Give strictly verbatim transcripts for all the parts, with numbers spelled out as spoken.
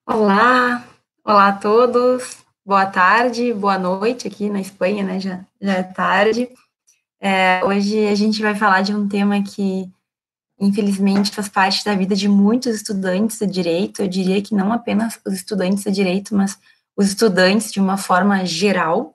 Olá, olá a todos, boa tarde, boa noite aqui na Espanha, né, já, já é tarde. É, hoje a gente vai falar de um tema que, infelizmente, faz parte da vida de muitos estudantes de direito, eu diria que não apenas os estudantes de direito, mas os estudantes de uma forma geral,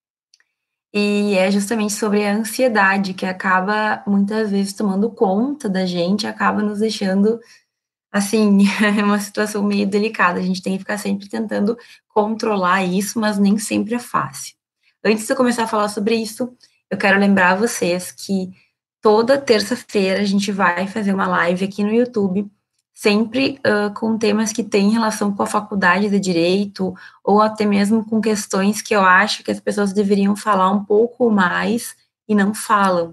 e é justamente sobre a ansiedade, que acaba muitas vezes tomando conta da gente, acaba nos deixando assim, é uma situação meio delicada, a gente tem que ficar sempre tentando controlar isso, mas nem sempre é fácil. Antes de eu começar a falar sobre isso, eu quero lembrar vocês que toda terça-feira a gente vai fazer uma live aqui no YouTube, sempre uh, com temas que têm relação com a faculdade de Direito, ou até mesmo com questões que eu acho que as pessoas deveriam falar um pouco mais e não falam.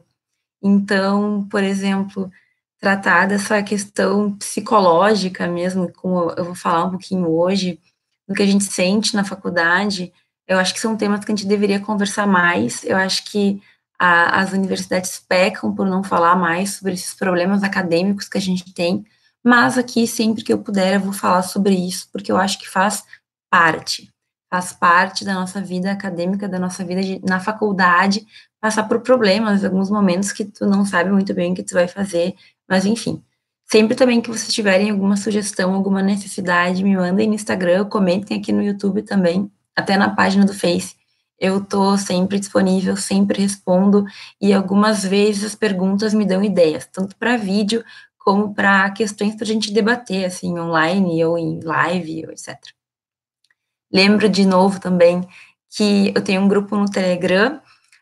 Então, por exemplo, tratar dessa questão psicológica mesmo, como eu vou falar um pouquinho hoje, do que a gente sente na faculdade, eu acho que são temas que a gente deveria conversar mais. Eu acho que a, as universidades pecam por não falar mais sobre esses problemas acadêmicos que a gente tem, mas aqui, sempre que eu puder, eu vou falar sobre isso, porque eu acho que faz parte, faz parte da nossa vida acadêmica, da nossa vida de, na faculdade, passar por problemas, alguns momentos que tu não sabe muito bem o que tu vai fazer, mas enfim. Sempre também que vocês tiverem alguma sugestão, alguma necessidade, me mandem no Instagram, comentem aqui no YouTube também, até na página do Face. Eu tô sempre disponível, sempre respondo, e algumas vezes as perguntas me dão ideias, tanto para vídeo como para questões para a gente debater, assim, online ou em live, etcétera. Lembro de novo também que eu tenho um grupo no Telegram.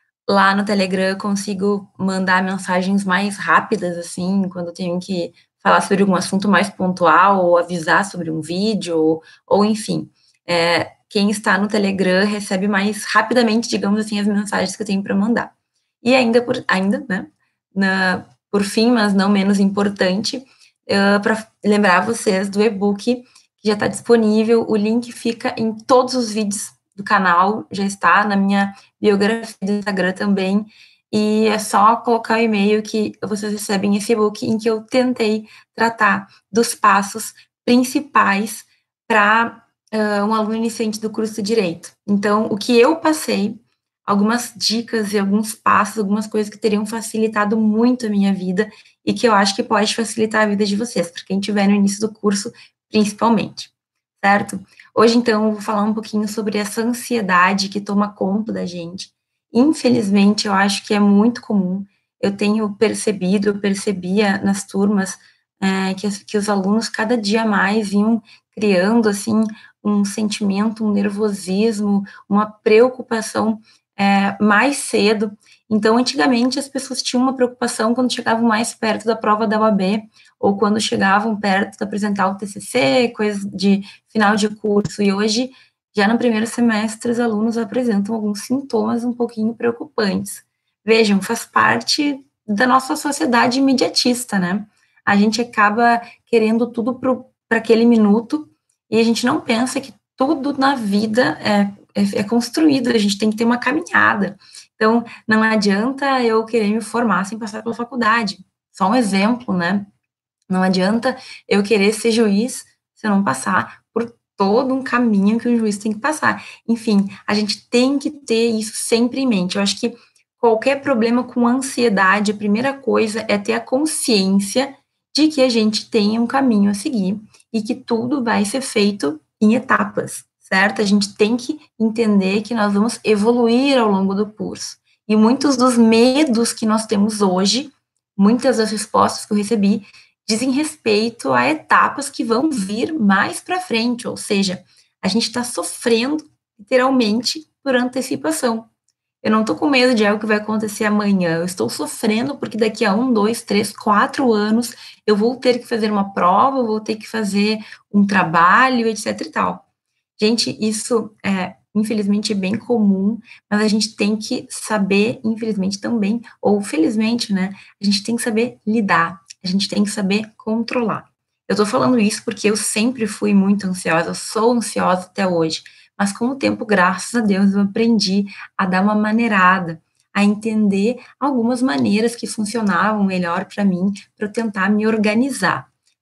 Lá no Telegram eu consigo mandar mensagens mais rápidas, assim, quando eu tenho que falar sobre um assunto mais pontual, ou avisar sobre um vídeo, ou, ou enfim. É, quem está no Telegram recebe mais rapidamente, digamos assim, as mensagens que eu tenho para mandar. E ainda, por, ainda, né, na, por fim, mas não menos importante, uh, para lembrar vocês do e-book que já está disponível, o link fica em todos os vídeos do canal, já está na minha biografia do Instagram também, e é só colocar o e-mail que vocês recebem esse e-book em que eu tentei tratar dos passos principais para uh, um aluno iniciante do curso de Direito. Então, o que eu passei, algumas dicas e alguns passos, algumas coisas que teriam facilitado muito a minha vida e que eu acho que pode facilitar a vida de vocês, para quem estiver no início do curso, principalmente, certo? Hoje, então, eu vou falar um pouquinho sobre essa ansiedade que toma conta da gente. Infelizmente, eu acho que é muito comum. Eu tenho percebido, eu percebia nas turmas é, que, que os alunos cada dia mais iam criando, assim, um sentimento, um nervosismo, uma preocupação é, mais cedo. Então, antigamente, as pessoas tinham uma preocupação quando chegavam mais perto da prova da O A B, ou quando chegavam perto de apresentar o T C C, coisas de final de curso, e hoje, já no primeiro semestre, os alunos apresentam alguns sintomas um pouquinho preocupantes. Vejam, faz parte da nossa sociedade imediatista, né? A gente acaba querendo tudo para aquele minuto, e a gente não pensa que tudo na vida é, é, é construído, a gente tem que ter uma caminhada. Então, não adianta eu querer me formar sem passar pela faculdade. Só um exemplo, né? Não adianta eu querer ser juiz se eu não passar por todo um caminho que o juiz tem que passar. Enfim, a gente tem que ter isso sempre em mente. Eu acho que qualquer problema com ansiedade, a primeira coisa é ter a consciência de que a gente tem um caminho a seguir e que tudo vai ser feito em etapas, certo? A gente tem que entender que nós vamos evoluir ao longo do curso. E muitos dos medos que nós temos hoje, muitas das respostas que eu recebi, dizem respeito a etapas que vão vir mais para frente, ou seja, a gente está sofrendo literalmente por antecipação. Eu não estou com medo de algo que vai acontecer amanhã, eu estou sofrendo porque daqui a um, dois, três, quatro anos eu vou ter que fazer uma prova, eu vou ter que fazer um trabalho, etc e tal. Gente, isso é, infelizmente, é bem comum, mas a gente tem que saber, infelizmente também, ou felizmente, né, a gente tem que saber lidar, a gente tem que saber controlar. Eu tô falando isso porque eu sempre fui muito ansiosa, eu sou ansiosa até hoje, mas com o tempo, graças a Deus, eu aprendi a dar uma maneirada, a entender algumas maneiras que funcionavam melhor para mim, para eu tentar me organizar,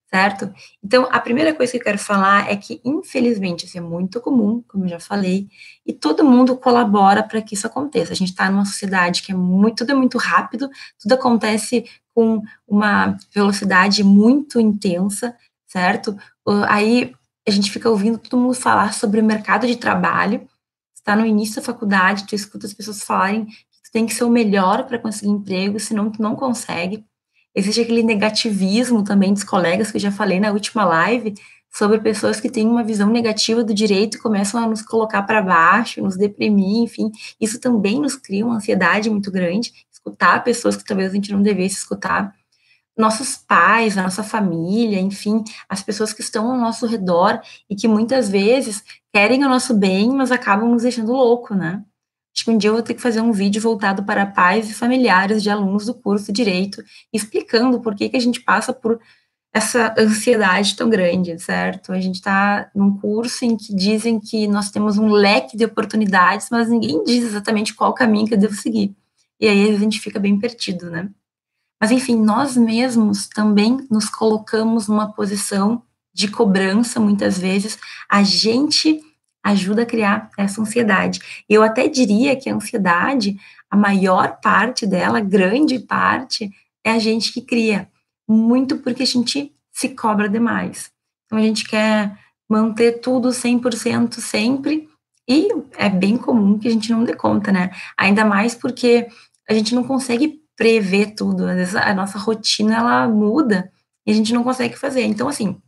certo? Então, a primeira coisa que eu quero falar é que, infelizmente, isso é muito comum, como eu já falei, e todo mundo colabora para que isso aconteça. A gente está numa sociedade que é muito, tudo é muito rápido, tudo acontece com uma velocidade muito intensa, certo? Uh, aí a gente fica ouvindo todo mundo falar sobre o mercado de trabalho, está no início da faculdade, tu escuta as pessoas falarem que tu tem que ser o melhor para conseguir emprego, senão tu não consegue. Existe aquele negativismo também dos colegas, que eu já falei na última live, sobre pessoas que têm uma visão negativa do direito e começam a nos colocar para baixo, nos deprimir, enfim. Isso também nos cria uma ansiedade muito grande, escutar pessoas que talvez a gente não devesse escutar. Nossos pais, a nossa família, enfim, as pessoas que estão ao nosso redor e que muitas vezes querem o nosso bem, mas acabam nos deixando louco, né? Acho que um dia eu vou ter que fazer um vídeo voltado para pais e familiares de alunos do curso de Direito, explicando por que que a gente passa por essa ansiedade tão grande, certo? A gente está num curso em que dizem que nós temos um leque de oportunidades, mas ninguém diz exatamente qual caminho que eu devo seguir. E aí a gente fica bem perdido, né? Mas, enfim, nós mesmos também nos colocamos numa posição de cobrança, muitas vezes, a gente ajuda a criar essa ansiedade. Eu até diria que a ansiedade, a maior parte dela, grande parte, é a gente que cria, muito porque a gente se cobra demais. Então, a gente quer manter tudo cem por cento sempre, e é bem comum que a gente não dê conta, né? Ainda mais porque a gente não consegue prever tudo, às vezes a nossa rotina ela muda e a gente não consegue fazer. Então, assim,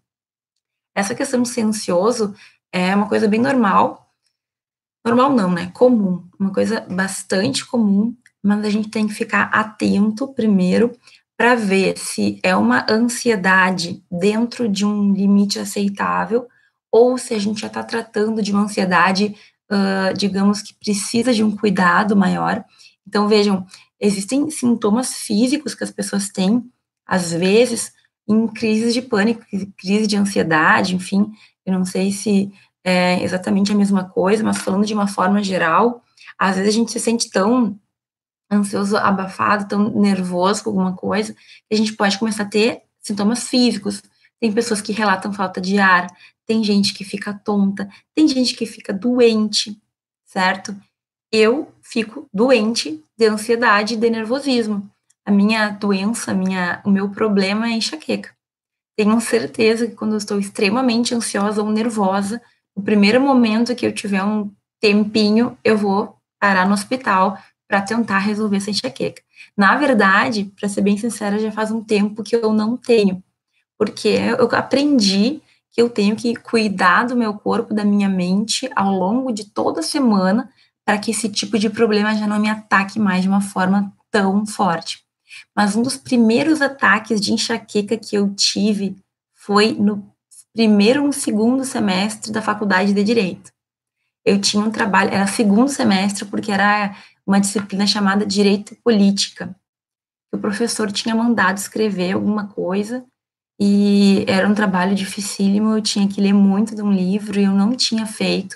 essa questão de ser ansioso é uma coisa bem normal. Normal não, né? Comum, uma coisa bastante comum, mas a gente tem que ficar atento primeiro para ver se é uma ansiedade dentro de um limite aceitável ou se a gente já está tratando de uma ansiedade, uh, digamos que precisa de um cuidado maior. Então, vejam, existem sintomas físicos que as pessoas têm, às vezes, em crises de pânico, crise de ansiedade, enfim, eu não sei se é exatamente a mesma coisa, mas falando de uma forma geral, às vezes a gente se sente tão ansioso, abafado, tão nervoso com alguma coisa, que a gente pode começar a ter sintomas físicos. Tem pessoas que relatam falta de ar, tem gente que fica tonta, tem gente que fica doente, certo? Eu fico doente de ansiedade e de nervosismo. A minha doença, a minha, o meu problema é enxaqueca. Tenho certeza que quando eu estou extremamente ansiosa ou nervosa, no primeiro momento que eu tiver um tempinho, eu vou parar no hospital para tentar resolver essa enxaqueca. Na verdade, para ser bem sincera, já faz um tempo que eu não tenho, porque eu aprendi que eu tenho que cuidar do meu corpo, da minha mente, ao longo de toda a semana, para que esse tipo de problema já não me ataque mais de uma forma tão forte. Mas um dos primeiros ataques de enxaqueca que eu tive foi no primeiro ou no segundo semestre da faculdade de Direito. Eu tinha um trabalho, era segundo semestre, porque era uma disciplina chamada Direito e Política. O professor tinha mandado escrever alguma coisa e era um trabalho dificílimo, eu tinha que ler muito de um livro e eu não tinha feito.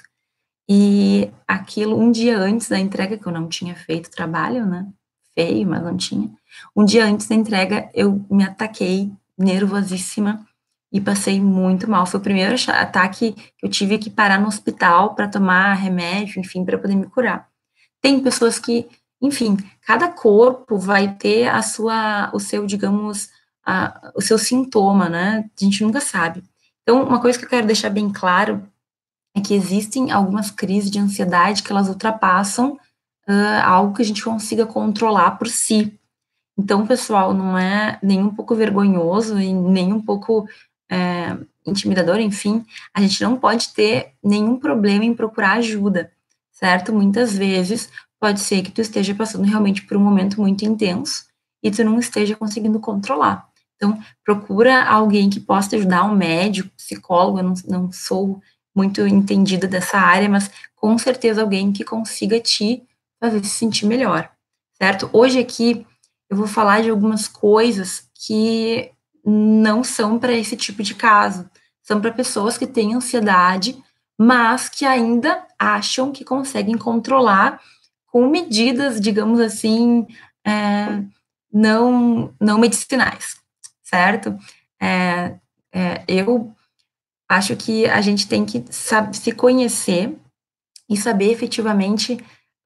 E aquilo, um dia antes da entrega, que eu não tinha feito trabalho, né? Feio, mas não tinha. Um dia antes da entrega, eu me ataquei, nervosíssima, e passei muito mal. Foi o primeiro ataque que eu tive que parar no hospital para tomar remédio, enfim, para poder me curar. Tem pessoas que, enfim, cada corpo vai ter a sua, o seu, digamos, a, o seu sintoma, né? A gente nunca sabe. Então, uma coisa que eu quero deixar bem claro é que existem algumas crises de ansiedade que elas ultrapassam uh, algo que a gente consiga controlar por si. Então, pessoal, não é nem um pouco vergonhoso e nem um pouco é, intimidador, enfim, a gente não pode ter nenhum problema em procurar ajuda, certo? Muitas vezes pode ser que tu esteja passando realmente por um momento muito intenso e tu não esteja conseguindo controlar. Então, procura alguém que possa te ajudar, um médico, psicólogo, eu não, não sou muito entendida dessa área, mas com certeza alguém que consiga te fazer se sentir melhor, certo? Hoje aqui eu vou falar de algumas coisas que não são para esse tipo de caso, são para pessoas que têm ansiedade, mas que ainda acham que conseguem controlar com medidas, digamos assim, é, não, não medicinais, certo? É, É, eu acho que a gente tem que saber se conhecer e saber efetivamente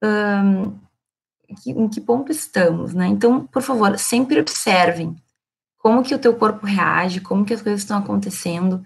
hum, em que ponto estamos, né? Então, por favor, sempre observem como que o teu corpo reage, como que as coisas estão acontecendo.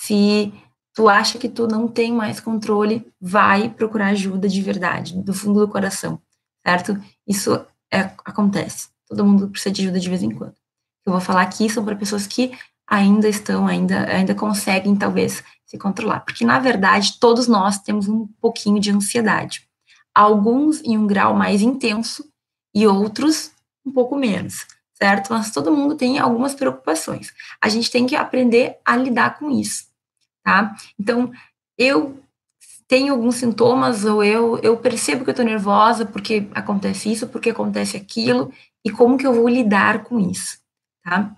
Se tu acha que tu não tem mais controle, vai procurar ajuda de verdade, do fundo do coração, certo? Isso é, acontece. Todo mundo precisa de ajuda de vez em quando. Eu vou falar aqui são para pessoas que ainda estão, ainda, ainda conseguem, talvez, se controlar. Porque, na verdade, todos nós temos um pouquinho de ansiedade. Alguns em um grau mais intenso e outros um pouco menos, certo? Mas todo mundo tem algumas preocupações. A gente tem que aprender a lidar com isso, tá? Então, eu tenho alguns sintomas ou eu, eu percebo que eu tô nervosa porque acontece isso, porque acontece aquilo, e como que eu vou lidar com isso, tá?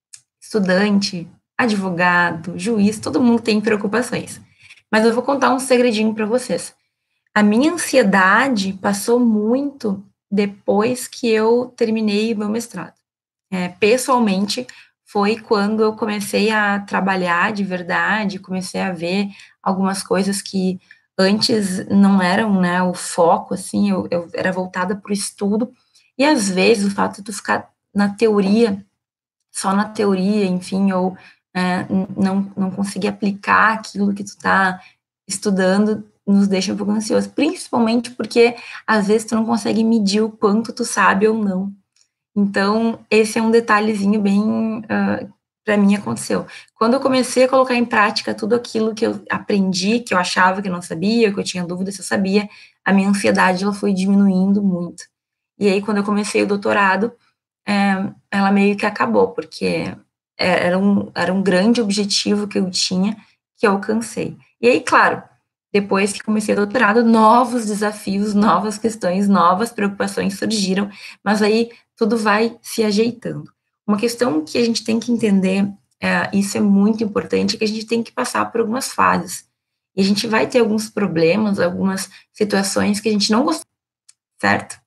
Estudante, advogado, juiz, todo mundo tem preocupações. Mas eu vou contar um segredinho para vocês. A minha ansiedade passou muito depois que eu terminei o meu mestrado. É, pessoalmente, foi quando eu comecei a trabalhar de verdade, comecei a ver algumas coisas que antes não eram, né, o foco, assim, eu, eu era voltada para o estudo, e às vezes o fato de tu ficar na teoria, só na teoria, enfim, ou é, não, não conseguir aplicar aquilo que tu tá estudando, nos deixa um pouco ansioso, principalmente porque às vezes tu não consegue medir o quanto tu sabe ou não. Então, esse é um detalhezinho bem, uh, para mim aconteceu. Quando eu comecei a colocar em prática tudo aquilo que eu aprendi, que eu achava que eu não sabia, que eu tinha dúvida se eu sabia, a minha ansiedade ela foi diminuindo muito. E aí, quando eu comecei o doutorado, é, ela meio que acabou, porque era um, era um grande objetivo que eu tinha, que eu alcancei. E aí, claro, depois que comecei o doutorado, novos desafios, novas questões, novas preocupações surgiram, mas aí tudo vai se ajeitando. Uma questão que a gente tem que entender, é, isso é muito importante, é que a gente tem que passar por algumas fases. E a gente vai ter alguns problemas, algumas situações que a gente não gosta, certo?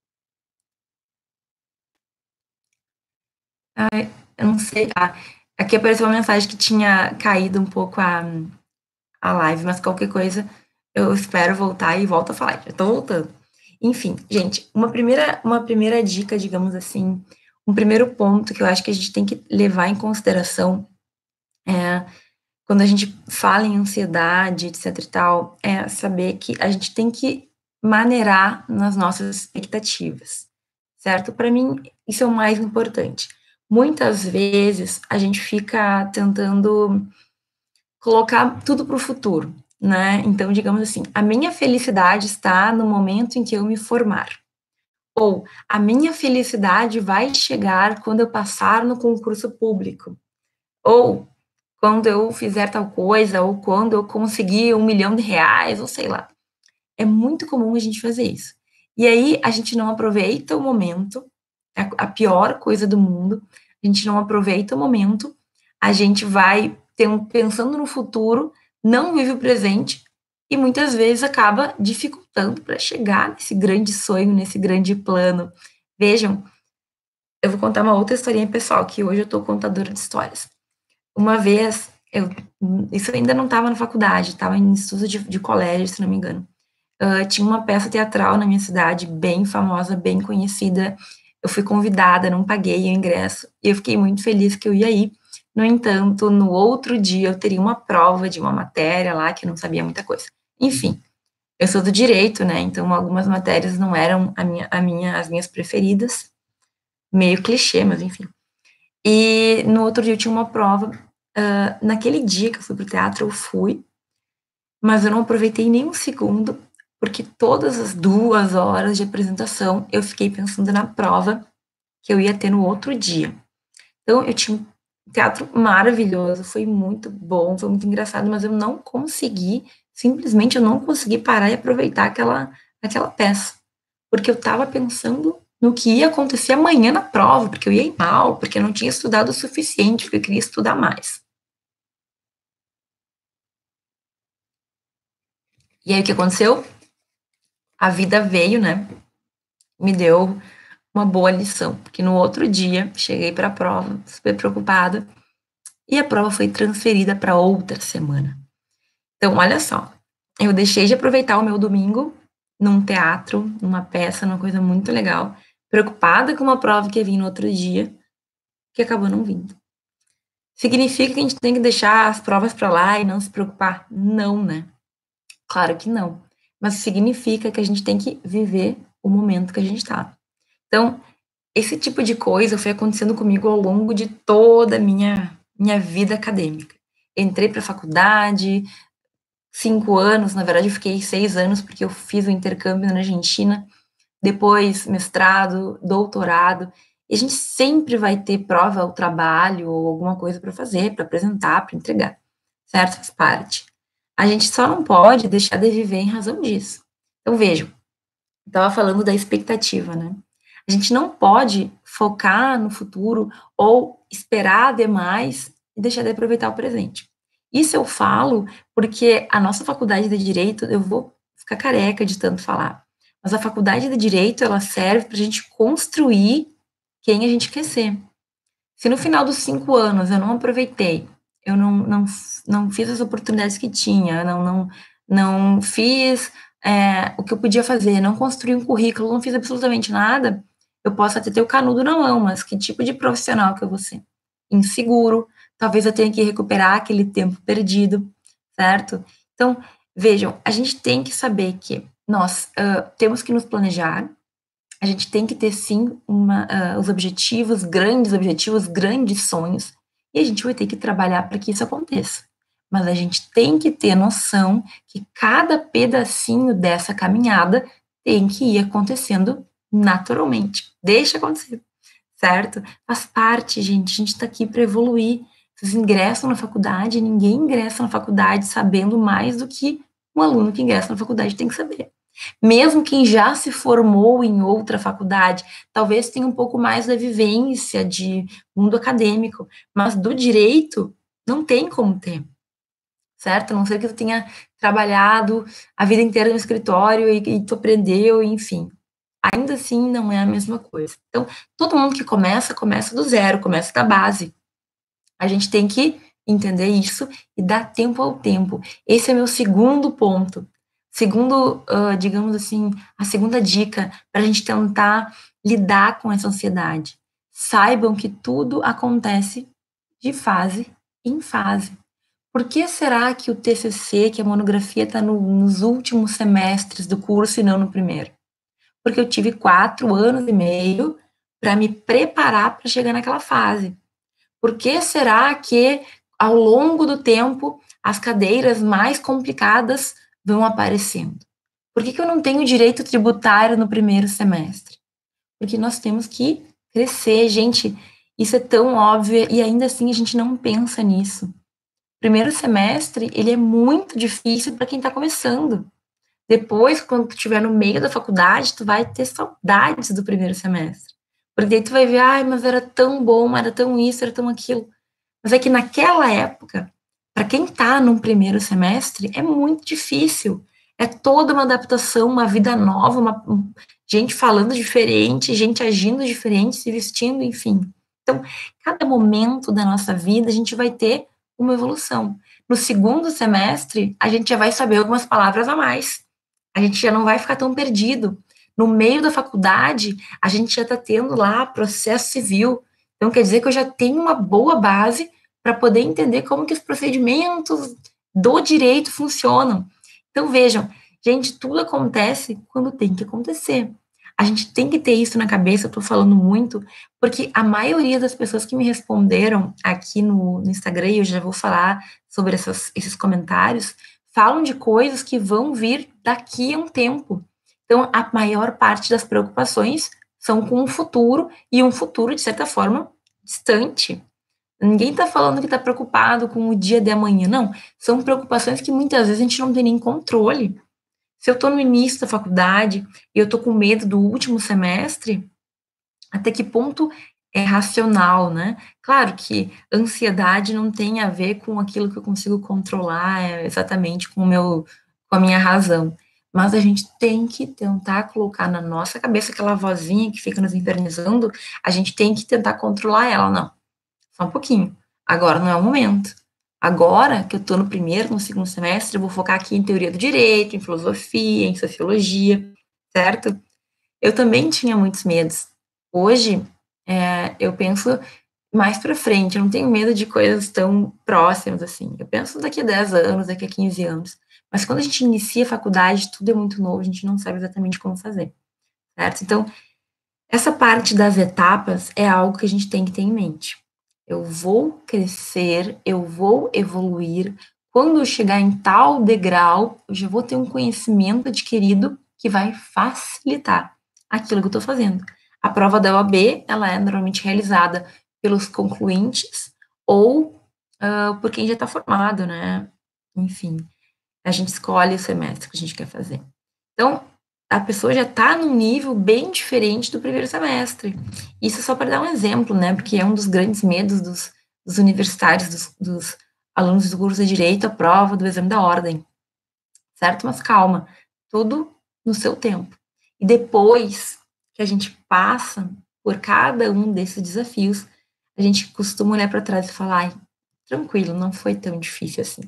Eu não sei. Ah, aqui apareceu uma mensagem que tinha caído um pouco a, a live, mas qualquer coisa eu espero voltar e volto a falar. Já tô voltando. Enfim, gente, uma primeira, uma primeira dica, digamos assim, um primeiro ponto que eu acho que a gente tem que levar em consideração é, quando a gente fala em ansiedade, etc e tal, é saber que a gente tem que maneirar nas nossas expectativas, certo? Para mim, isso é o mais importante. Muitas vezes a gente fica tentando colocar tudo para o futuro, né? Então, digamos assim, a minha felicidade está no momento em que eu me formar. Ou a minha felicidade vai chegar quando eu passar no concurso público. Ou quando eu fizer tal coisa, ou quando eu conseguir um milhão de reais, ou sei lá. É muito comum a gente fazer isso. E aí a gente não aproveita o momento, é a pior coisa do mundo, a gente não aproveita o momento, a gente vai pensando no futuro, não vive o presente e muitas vezes acaba dificultando para chegar nesse grande sonho, nesse grande plano. Vejam, eu vou contar uma outra historinha pessoal, que hoje eu estou contadora de histórias. Uma vez, eu, isso ainda não estava na faculdade, estava em estudo de, de colégio, se não me engano. Uh, tinha uma peça teatral na minha cidade, bem famosa, bem conhecida. Eu fui convidada, não paguei o ingresso, e eu fiquei muito feliz que eu ia ir. No entanto, no outro dia eu teria uma prova de uma matéria lá, que eu não sabia muita coisa. Enfim, eu sou do direito, né? Então algumas matérias não eram a minha, a minha, as minhas preferidas, meio clichê, mas enfim. E no outro dia eu tinha uma prova. Uh, naquele dia que eu fui pro teatro, eu fui, mas eu não aproveitei nem um segundo, porque todas as duas horas de apresentação eu fiquei pensando na prova que eu ia ter no outro dia. Então, eu tinha um teatro maravilhoso, foi muito bom, foi muito engraçado, mas eu não consegui, simplesmente eu não consegui parar e aproveitar aquela, aquela peça, porque eu estava pensando no que ia acontecer amanhã na prova, porque eu ia ir mal, porque eu não tinha estudado o suficiente, porque eu queria estudar mais. E aí, o que aconteceu? A vida veio, né? Me deu uma boa lição, porque no outro dia cheguei para a prova super preocupada e a prova foi transferida para outra semana. Então, olha só, eu deixei de aproveitar o meu domingo num teatro, numa peça, numa coisa muito legal, preocupada com uma prova que ia vir no outro dia, que acabou não vindo. Significa que a gente tem que deixar as provas para lá e não se preocupar? Não, né? Claro que não. Mas significa que a gente tem que viver o momento que a gente está. Então, esse tipo de coisa foi acontecendo comigo ao longo de toda a minha, minha vida acadêmica. Entrei para a faculdade, cinco anos, na verdade eu fiquei seis anos, porque eu fiz o intercâmbio na Argentina, depois mestrado, doutorado, e a gente sempre vai ter prova ou trabalho ou alguma coisa para fazer, para apresentar, para entregar, certo? Faz parte. A gente só não pode deixar de viver em razão disso. Então, vejam, eu estava falando da expectativa, né? A gente não pode focar no futuro ou esperar demais e deixar de aproveitar o presente. Isso eu falo porque a nossa faculdade de Direito, eu vou ficar careca de tanto falar, mas a faculdade de Direito, ela serve para a gente construir quem a gente quer ser. Se no final dos cinco anos eu não aproveitei, eu não, não, não fiz as oportunidades que tinha, não, não, não fiz é, o que eu podia fazer, não construí um currículo, não fiz absolutamente nada, eu posso até ter o canudo na mão, mas que tipo de profissional que eu vou ser? Inseguro, talvez eu tenha que recuperar aquele tempo perdido, certo? Então, vejam, a gente tem que saber que nós uh, temos que nos planejar, a gente tem que ter, sim, uma, uh, os objetivos, grandes objetivos, grandes sonhos, e a gente vai ter que trabalhar para que isso aconteça. Mas a gente tem que ter noção que cada pedacinho dessa caminhada tem que ir acontecendo naturalmente. Deixa acontecer, certo? Faz parte, gente. A gente está aqui para evoluir. Vocês ingressam na faculdade, ninguém ingressa na faculdade sabendo mais do que um aluno que ingressa na faculdade tem que saber. Mesmo quem já se formou em outra faculdade, talvez tenha um pouco mais da vivência de mundo acadêmico, mas do direito não tem como ter, certo? A não ser que tu tenha trabalhado a vida inteira no escritório e, e tu aprendeu, enfim. Ainda assim, não é a mesma coisa. Então, todo mundo que começa, começa do zero, começa da base. A gente tem que entender isso e dar tempo ao tempo. Esse é meu segundo ponto. Segundo, uh, digamos assim, a segunda dica para a gente tentar lidar com essa ansiedade. Saibam que tudo acontece de fase em fase. Por que será que o T C C, que a monografia está no, nos últimos semestres do curso e não no primeiro? Porque eu tive quatro anos e meio para me preparar para chegar naquela fase. Por que será que, ao longo do tempo, as cadeiras mais complicadas vão aparecendo? Por que, que eu não tenho direito tributário no primeiro semestre? Porque nós temos que crescer, gente. Isso é tão óbvio e ainda assim a gente não pensa nisso. Primeiro semestre, ele é muito difícil para quem está começando. Depois, quando tu estiver no meio da faculdade, tu vai ter saudades do primeiro semestre. Porque daí tu vai ver, ai, mas era tão bom, era tão isso, era tão aquilo. Mas é que naquela época, para quem está num primeiro semestre, é muito difícil. É toda uma adaptação, uma vida nova, uma, gente falando diferente, gente agindo diferente, se vestindo, enfim. Então, cada momento da nossa vida, a gente vai ter uma evolução. No segundo semestre, a gente já vai saber algumas palavras a mais. A gente já não vai ficar tão perdido. No meio da faculdade, a gente já está tendo lá processo civil. Então, quer dizer que eu já tenho uma boa base para poder entender como que os procedimentos do direito funcionam. Então, vejam, gente, tudo acontece quando tem que acontecer. A gente tem que ter isso na cabeça, eu estou falando muito, porque a maioria das pessoas que me responderam aqui no, no Instagram, e eu já vou falar sobre essas, esses comentários, falam de coisas que vão vir daqui a um tempo. Então, a maior parte das preocupações são com o futuro, e um futuro, de certa forma, distante. Ninguém está falando que está preocupado com o dia de amanhã, não. São preocupações que muitas vezes a gente não tem nem controle. Se eu estou no início da faculdade e eu estou com medo do último semestre, até que ponto é racional, né? Claro que ansiedade não tem a ver com aquilo que eu consigo controlar é, exatamente com, o meu, com a minha razão. Mas a gente tem que tentar colocar na nossa cabeça aquela vozinha que fica nos infernizando, a gente tem que tentar controlar ela, não. Só um pouquinho. Agora não é o momento. Agora que eu estou no primeiro, no segundo semestre, eu vou focar aqui em teoria do direito, em filosofia, em sociologia, certo? Eu também tinha muitos medos. Hoje, é, eu penso mais para frente, eu não tenho medo de coisas tão próximas assim. Eu penso daqui a dez anos, daqui a quinze anos. Mas quando a gente inicia a faculdade, tudo é muito novo, a gente não sabe exatamente como fazer, certo? Então, essa parte das etapas é algo que a gente tem que ter em mente. Eu vou crescer, eu vou evoluir. Quando eu chegar em tal degrau, eu já vou ter um conhecimento adquirido que vai facilitar aquilo que eu estou fazendo. A prova da O A B, ela é normalmente realizada pelos concluintes ou uh, por quem já está formado, né? Enfim, a gente escolhe o semestre que a gente quer fazer. Então, a pessoa já está num nível bem diferente do primeiro semestre. Isso só para dar um exemplo, né? Porque é um dos grandes medos dos, dos universitários, dos, dos alunos do curso de Direito, a prova do exame da ordem, certo? Mas calma, tudo no seu tempo. E depois que a gente passa por cada um desses desafios, a gente costuma olhar para trás e falar, ai, tranquilo, não foi tão difícil assim.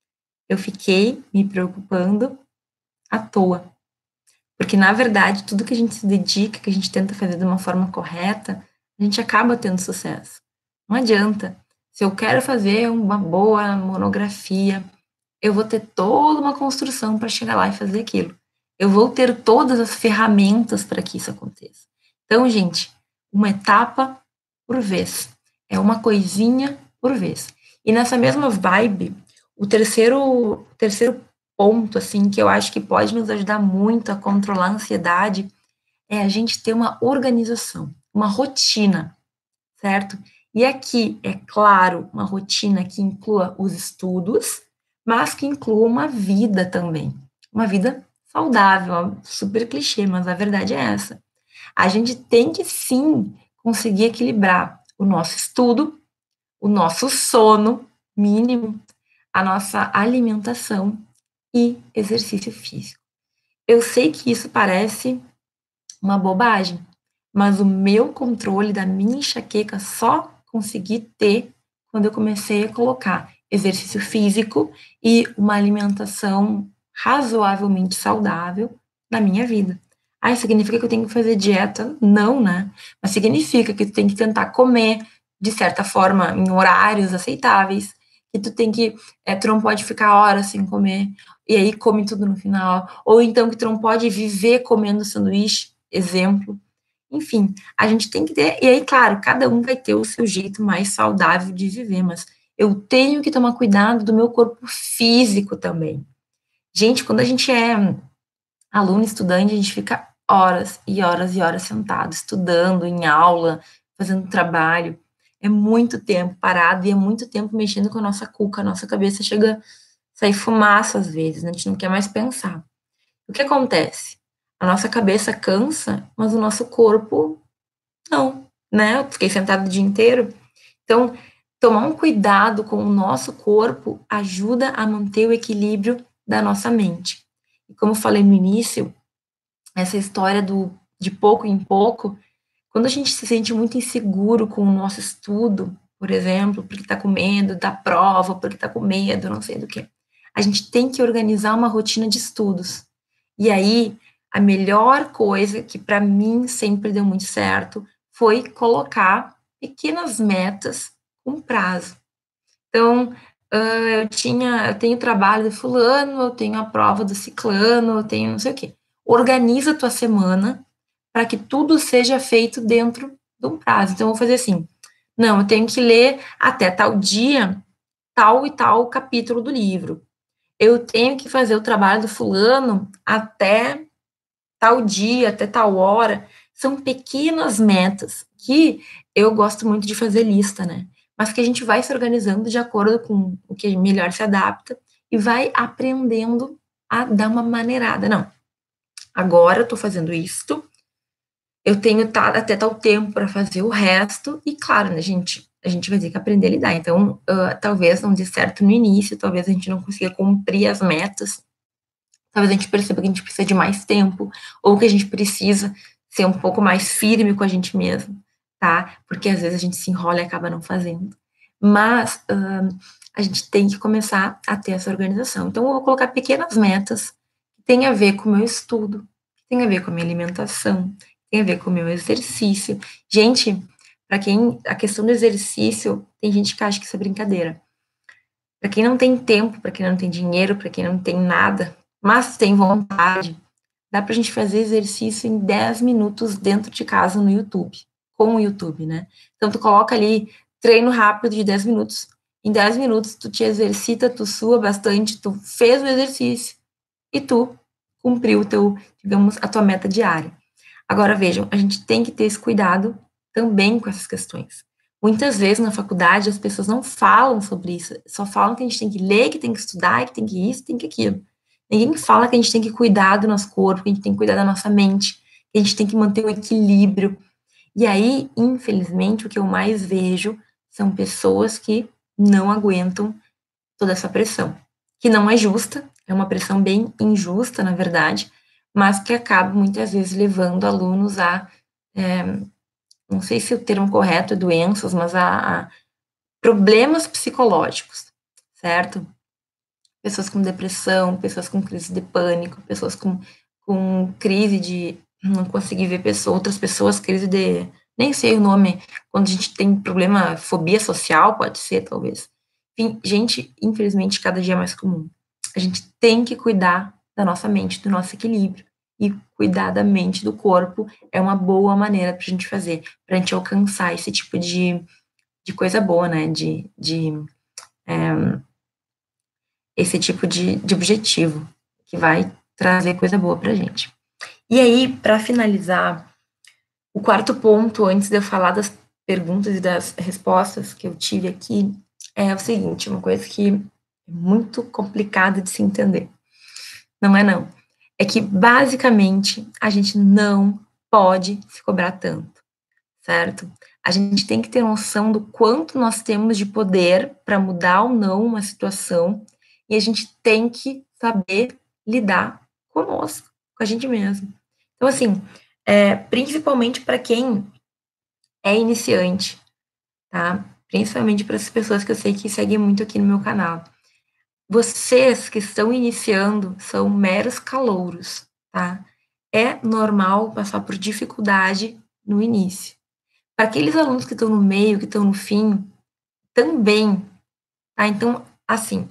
Eu fiquei me preocupando à toa. Porque, na verdade, tudo que a gente se dedica, que a gente tenta fazer de uma forma correta, a gente acaba tendo sucesso. Não adianta. Se eu quero fazer uma boa monografia, eu vou ter toda uma construção para chegar lá e fazer aquilo. Eu vou ter todas as ferramentas para que isso aconteça. Então, gente, uma etapa por vez. É uma coisinha por vez. E nessa mesma vibe, o terceiro, terceiro ponto, assim, que eu acho que pode nos ajudar muito a controlar a ansiedade é a gente ter uma organização, uma rotina, certo? E aqui, é claro, uma rotina que inclua os estudos, mas que inclua uma vida também. Uma vida saudável, super clichê, mas a verdade é essa. A gente tem que sim conseguir equilibrar o nosso estudo, o nosso sono mínimo, a nossa alimentação e exercício físico. Eu sei que isso parece uma bobagem, mas o meu controle da minha enxaqueca só consegui ter quando eu comecei a colocar exercício físico e uma alimentação razoavelmente saudável na minha vida. Ah, significa que eu tenho que fazer dieta? Não, né? Mas significa que tu tem que tentar comer de certa forma em horários aceitáveis, que tu tem que, é, tu não pode ficar horas sem comer, e aí come tudo no final, ou então que tu não pode viver comendo sanduíche, exemplo. Enfim, a gente tem que ter, e aí, claro, cada um vai ter o seu jeito mais saudável de viver, mas eu tenho que tomar cuidado do meu corpo físico também. Gente, quando a gente é aluno, estudante, a gente fica horas e horas e horas sentado, estudando, em aula, fazendo trabalho. É muito tempo parado e é muito tempo mexendo com a nossa cuca, a nossa cabeça chega a sair fumaça às vezes, né? A gente não quer mais pensar. O que acontece? A nossa cabeça cansa, mas o nosso corpo não, né? Eu fiquei sentado o dia inteiro. Então, tomar um cuidado com o nosso corpo ajuda a manter o equilíbrio da nossa mente. E como eu falei no início, essa história do de pouco em pouco, quando a gente se sente muito inseguro com o nosso estudo, por exemplo, porque está com medo da prova, porque está com medo, não sei do que, a gente tem que organizar uma rotina de estudos. E aí, a melhor coisa que para mim sempre deu muito certo foi colocar pequenas metas com prazo. Então, uh, eu tinha, eu tenho trabalho do fulano, eu tenho a prova do ciclano, eu tenho não sei o quê. Organiza a tua semana para que tudo seja feito dentro de um prazo. Então, eu vou fazer assim, não, eu tenho que ler até tal dia, tal e tal capítulo do livro. Eu tenho que fazer o trabalho do fulano até tal dia, até tal hora. São pequenas metas que eu gosto muito de fazer lista, né? Mas que a gente vai se organizando de acordo com o que melhor se adapta e vai aprendendo a dar uma maneirada. Não, agora eu tô fazendo isto, eu tenho até tal tempo para fazer o resto, e claro, né, gente, a gente vai ter que aprender a lidar. Então, uh, talvez não dê certo no início, talvez a gente não consiga cumprir as metas, talvez a gente perceba que a gente precisa de mais tempo, ou que a gente precisa ser um pouco mais firme com a gente mesmo, tá? Porque às vezes a gente se enrola e acaba não fazendo. mas uh, a gente tem que começar a ter essa organização. Então, eu vou colocar pequenas metas que têm a ver com o meu estudo, que têm a ver com a minha alimentação, que têm a ver com o meu exercício. Gente, para quem a questão do exercício, tem gente que acha que isso é brincadeira. Para quem não tem tempo, para quem não tem dinheiro, para quem não tem nada, mas tem vontade, dá pra gente fazer exercício em dez minutos dentro de casa no YouTube, com o YouTube, né? Então, tu coloca ali treino rápido de dez minutos. Em dez minutos, tu te exercita, tu sua bastante, tu fez o exercício e tu cumpriu o teu, digamos, a tua meta diária. Agora, vejam, a gente tem que ter esse cuidado também com essas questões. Muitas vezes na faculdade as pessoas não falam sobre isso, só falam que a gente tem que ler, que tem que estudar, que tem que isso, tem que aquilo. Ninguém fala que a gente tem que cuidar do nosso corpo, que a gente tem que cuidar da nossa mente, que a gente tem que manter o equilíbrio. E aí, infelizmente, o que eu mais vejo são pessoas que não aguentam toda essa pressão, que não é justa, é uma pressão bem injusta, na verdade, mas que acaba muitas vezes levando alunos a, é, não sei se o termo correto é doenças, mas a, a problemas psicológicos, certo? Pessoas com depressão, pessoas com crise de pânico, pessoas com, com crise de não conseguir ver pessoas, outras pessoas, crise de, nem sei o nome, quando a gente tem problema, fobia social, pode ser, talvez. Enfim, gente, infelizmente, cada dia é mais comum. A gente tem que cuidar da nossa mente, do nosso equilíbrio. E cuidar da mente, do corpo, é uma boa maneira pra gente fazer, pra gente alcançar esse tipo de, de coisa boa, né? De, de é, esse tipo de, de objetivo que vai trazer coisa boa pra gente. E aí, para finalizar, o quarto ponto, antes de eu falar das perguntas e das respostas que eu tive aqui, é o seguinte, uma coisa que é muito complicada de se entender. Não é não. É que, basicamente, a gente não pode se cobrar tanto, certo? A gente tem que ter noção do quanto nós temos de poder para mudar ou não uma situação e a gente tem que saber lidar conosco, com a gente mesmo. Então, assim, é, principalmente para quem é iniciante, tá? Principalmente para as pessoas que eu sei que seguem muito aqui no meu canal. Vocês que estão iniciando são meros calouros, tá? É normal passar por dificuldade no início. Para aqueles alunos que estão no meio, que estão no fim, também, tá? Então, assim,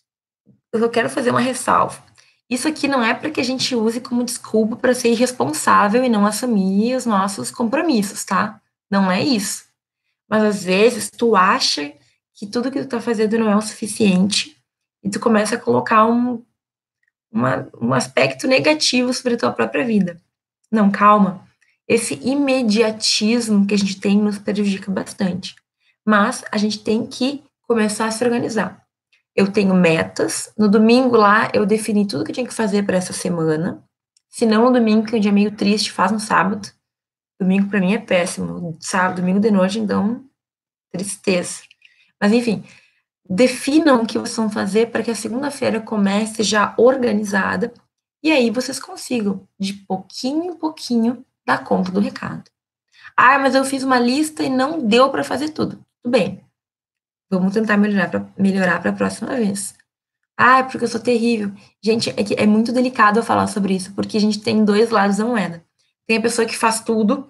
eu quero fazer uma ressalva. Isso aqui não é para que a gente use como desculpa para ser irresponsável e não assumir os nossos compromissos, tá? Não é isso. Mas às vezes tu acha que tudo que tu tá fazendo não é o suficiente e tu começa a colocar um, uma, um aspecto negativo sobre a tua própria vida. Não, calma. Esse imediatismo que a gente tem nos prejudica bastante. Mas a gente tem que começar a se organizar. Eu tenho metas. No domingo lá, eu defini tudo que eu tinha que fazer para essa semana. Se não, no domingo, que é um dia meio triste, faz no sábado. Domingo para mim é péssimo. Sábado, domingo de noite, então, tristeza. Mas enfim, definam o que vocês vão fazer para que a segunda-feira comece já organizada e aí vocês consigam, de pouquinho em pouquinho, dar conta do recado. Ah, mas eu fiz uma lista e não deu para fazer tudo. Tudo bem. Vamos tentar melhorar para melhorar para a próxima vez. Ah, é porque eu sou terrível. Gente, é, que é muito delicado eu falar sobre isso, porque a gente tem dois lados da moeda. Tem a pessoa que faz tudo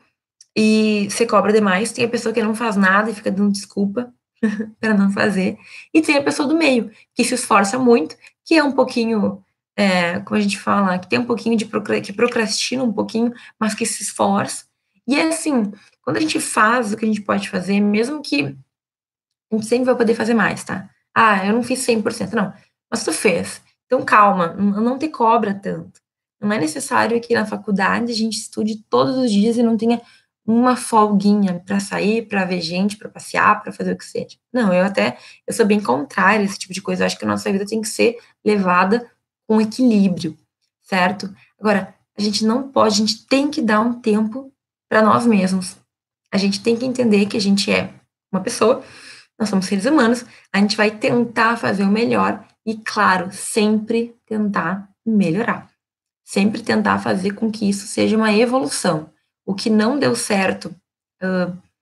e se cobra demais, tem a pessoa que não faz nada e fica dando desculpa para não fazer, e tem a pessoa do meio, que se esforça muito, que é um pouquinho, é, como a gente fala, que tem um pouquinho de procra que procrastina um pouquinho, mas que se esforça. E é assim, quando a gente faz o que a gente pode fazer, mesmo que a gente sempre vai poder fazer mais, tá? Ah, eu não fiz cem por cento, não. Mas tu fez. Então calma, não, não te cobra tanto. Não é necessário que na faculdade a gente estude todos os dias e não tenha uma folguinha para sair, para ver gente, para passear, para fazer o que seja. Não, eu até eu sou bem contrária a esse tipo de coisa. Eu acho que a nossa vida tem que ser levada com equilíbrio, certo? Agora, a gente não pode, a gente tem que dar um tempo para nós mesmos. A gente tem que entender que a gente é uma pessoa, nós somos seres humanos, a gente vai tentar fazer o melhor e, claro, sempre tentar melhorar. Sempre tentar fazer com que isso seja uma evolução. O que não deu certo uh,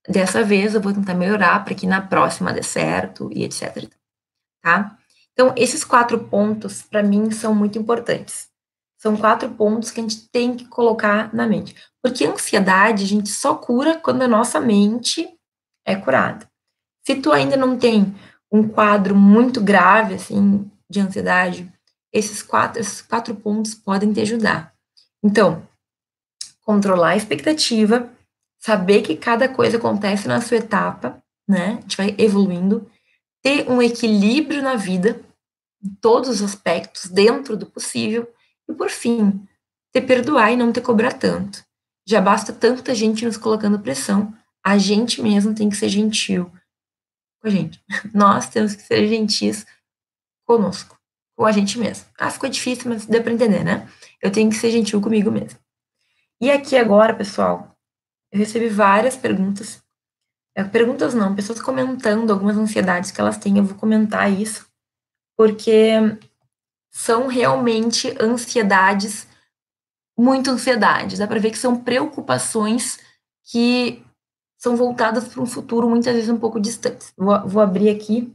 dessa vez eu vou tentar melhorar para que na próxima dê certo e etc, tá? Então, esses quatro pontos, para mim, são muito importantes. São quatro pontos que a gente tem que colocar na mente. Porque a ansiedade, a gente só cura quando a nossa mente é curada. Se tu ainda não tem um quadro muito grave, assim, de ansiedade, esses quatro, esses quatro pontos podem te ajudar. Então, controlar a expectativa, saber que cada coisa acontece na sua etapa, né? A gente vai evoluindo, ter um equilíbrio na vida, em todos os aspectos, dentro do possível, e por fim, te perdoar e não te cobrar tanto. Já basta tanta gente nos colocando pressão, a gente mesmo tem que ser gentil com a gente. Nós temos que ser gentis conosco, com a gente mesmo. Ah, ficou difícil, mas deu para entender, né? Eu tenho que ser gentil comigo mesmo. E aqui agora, pessoal, eu recebi várias perguntas. É, perguntas não, pessoas comentando algumas ansiedades que elas têm. Eu vou comentar isso, porque são realmente ansiedades, muito ansiedades. Dá para ver que são preocupações que são voltadas para um futuro muitas vezes um pouco distante. Vou, vou abrir aqui.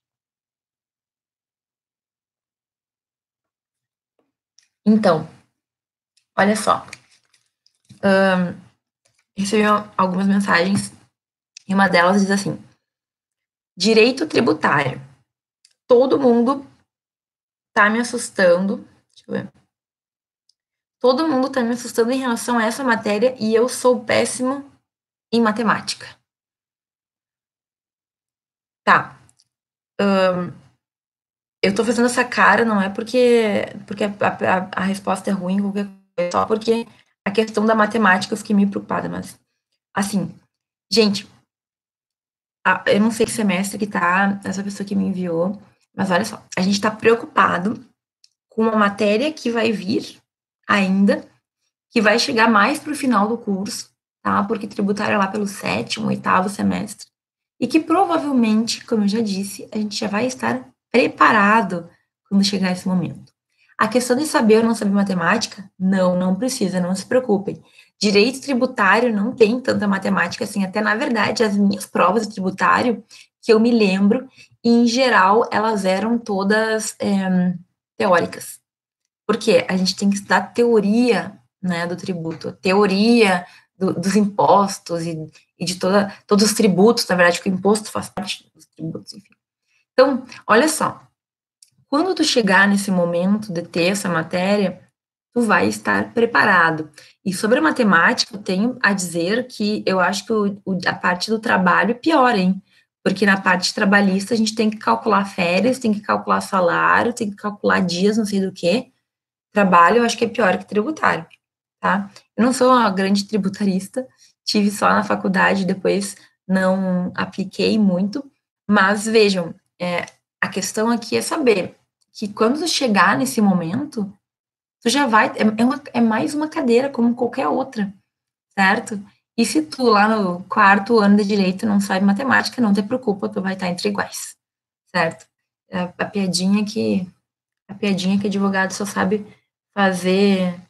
Então, olha só. Um, recebi algumas mensagens e uma delas diz assim: direito tributário. Todo mundo tá me assustando. Deixa eu ver. Todo mundo tá me assustando em relação a essa matéria e eu sou péssimo em matemática. Tá. Um, eu tô fazendo essa cara, não é porque, porque a, a, a resposta é ruim, qualquer coisa, só porque a questão da matemática eu fiquei meio preocupada, mas, assim, gente, a, eu não sei que semestre que tá essa pessoa que me enviou, mas olha só, a gente tá preocupado com uma matéria que vai vir ainda, que vai chegar mais pro final do curso, tá? Porque tributário é lá pelo sétimo, oitavo semestre, e que provavelmente, como eu já disse, a gente já vai estar preparado quando chegar esse momento. A questão de saber ou não saber matemática, não, não precisa, não se preocupem. Direito tributário não tem tanta matemática assim, até na verdade, as minhas provas de tributário, que eu me lembro, em geral, elas eram todas é, teóricas. Porque a gente tem que estudar teoria, né, do tributo, teoria do, dos impostos e, e de toda, todos os tributos, na verdade, que o imposto faz parte dos tributos, enfim. Então, olha só, quando tu chegar nesse momento de ter essa matéria, tu vai estar preparado. E sobre a matemática, eu tenho a dizer que eu acho que o, o, a parte do trabalho é pior, hein? Porque na parte trabalhista a gente tem que calcular férias, tem que calcular salário, tem que calcular dias, não sei do que. Trabalho eu acho que é pior que tributário, tá? Eu não sou uma grande tributarista, tive só na faculdade, depois não apliquei muito, mas vejam, é, a questão aqui é saber que quando tu chegar nesse momento, tu já vai, é, é, uma, é mais uma cadeira como qualquer outra, certo? E se tu lá no quarto ano de direito não sabe matemática, não te preocupa, tu vai estar entre iguais, certo? A, a piadinha que a piadinha que advogado só sabe fazer,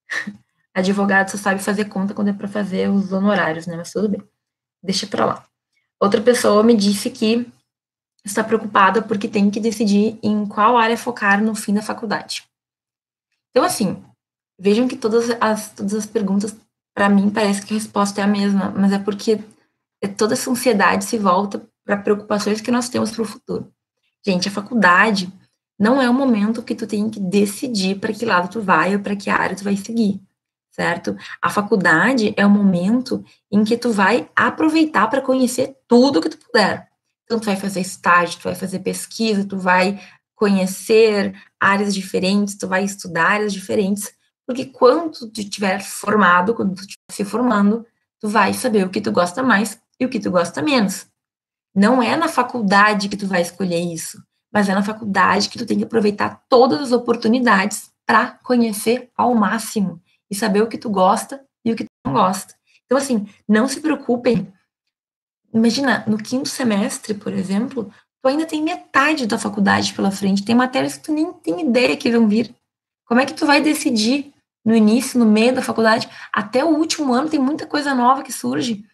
advogado só sabe fazer conta quando é para fazer os honorários, né? Mas tudo bem, deixa para lá. Outra pessoa me disse que está preocupada porque tem que decidir em qual área focar no fim da faculdade. Então, assim, vejam que todas as, todas as perguntas, para mim, parece que a resposta é a mesma, mas é porque toda essa ansiedade se volta para preocupações que nós temos para o futuro. Gente, a faculdade não é o momento que tu tem que decidir para que lado tu vai ou para que área tu vai seguir, certo? A faculdade é o momento em que tu vai aproveitar para conhecer tudo que tu puder. Então, tu vai fazer estágio, tu vai fazer pesquisa, tu vai conhecer áreas diferentes, tu vai estudar áreas diferentes, porque quando tu estiver formado, quando tu estiver se formando, tu vai saber o que tu gosta mais e o que tu gosta menos. Não é na faculdade que tu vai escolher isso, mas é na faculdade que tu tem que aproveitar todas as oportunidades para conhecer ao máximo e saber o que tu gosta e o que tu não gosta. Então, assim, não se preocupem. Imagina, no quinto semestre, por exemplo, tu ainda tem metade da faculdade pela frente, tem matérias que tu nem tem ideia que vão vir. Como é que tu vai decidir no início, no meio da faculdade? Até o último ano tem muita coisa nova que surge.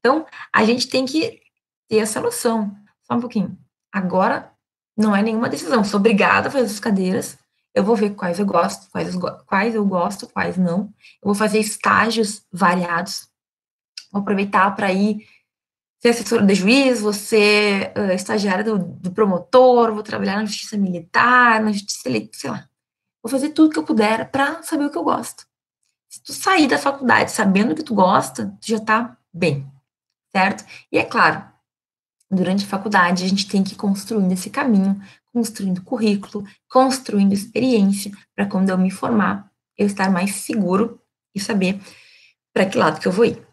Então, a gente tem que ter essa noção. Só um pouquinho. Agora, não é nenhuma decisão. Sou obrigada a fazer essas cadeiras. Eu vou ver quais eu gosto, quais eu, quais eu gosto, quais não. Eu vou fazer estágios variados. Vou aproveitar para ir ser assessora de juiz, vou ser uh, estagiária do, do promotor, vou trabalhar na justiça militar, na justiça eleitoral, sei lá. Vou fazer tudo que eu puder para saber o que eu gosto. Se tu sair da faculdade sabendo o que tu gosta, tu já tá bem, certo? E é claro, durante a faculdade a gente tem que ir construindo esse caminho, construindo currículo, construindo experiência, para quando eu me formar, eu estar mais seguro e saber para que lado que eu vou ir.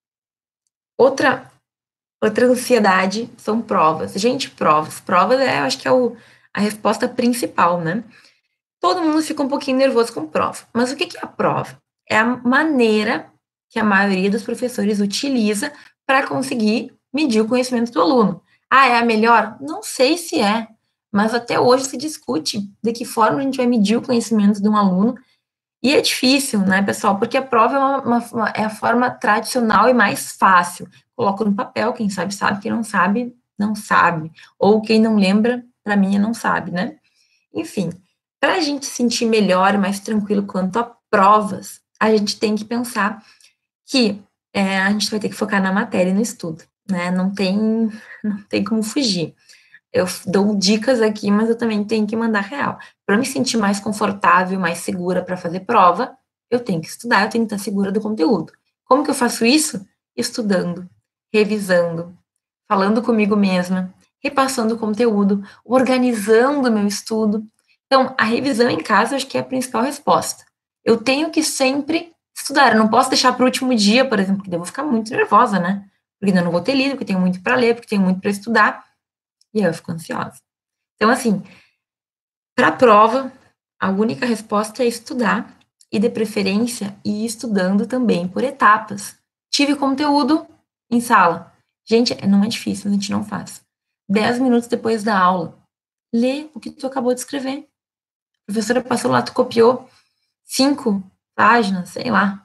Outra Outra ansiedade são provas. Gente, provas. Provas é, eu acho que é o, a resposta principal, né? Todo mundo fica um pouquinho nervoso com prova. Mas o que é a prova? É a maneira que a maioria dos professores utiliza para conseguir medir o conhecimento do aluno. Ah, é a melhor? Não sei se é, mas até hoje se discute de que forma a gente vai medir o conhecimento de um aluno. E é difícil, né, pessoal? Porque a prova é, uma, uma, uma, é a forma tradicional e mais fácil. Coloco no papel, quem sabe, sabe, quem não sabe, não sabe. Ou quem não lembra, para mim, não sabe, né? Enfim, para a gente se sentir melhor e mais tranquilo quanto a provas, a gente tem que pensar que é, a gente vai ter que focar na matéria e no estudo, né? Não tem, não tem como fugir. Eu dou dicas aqui, mas eu também tenho que mandar real. Para me sentir mais confortável, mais segura para fazer prova, eu tenho que estudar, eu tenho que estar segura do conteúdo. Como que eu faço isso? Estudando, revisando, falando comigo mesma, repassando o conteúdo, organizando o meu estudo. Então, a revisão em casa, eu acho que é a principal resposta. Eu tenho que sempre estudar, eu não posso deixar para o último dia, por exemplo, porque eu vou ficar muito nervosa, né? Porque eu não vou ter lido, porque tenho muito para ler, porque tenho muito para estudar, e aí eu fico ansiosa. Então, assim, para a prova, a única resposta é estudar, e de preferência, ir estudando também por etapas. Tive conteúdo em sala. Gente, não é difícil, a gente não faz. Dez minutos depois da aula, lê o que tu acabou de escrever. A professora passou lá, tu copiou cinco páginas, sei lá.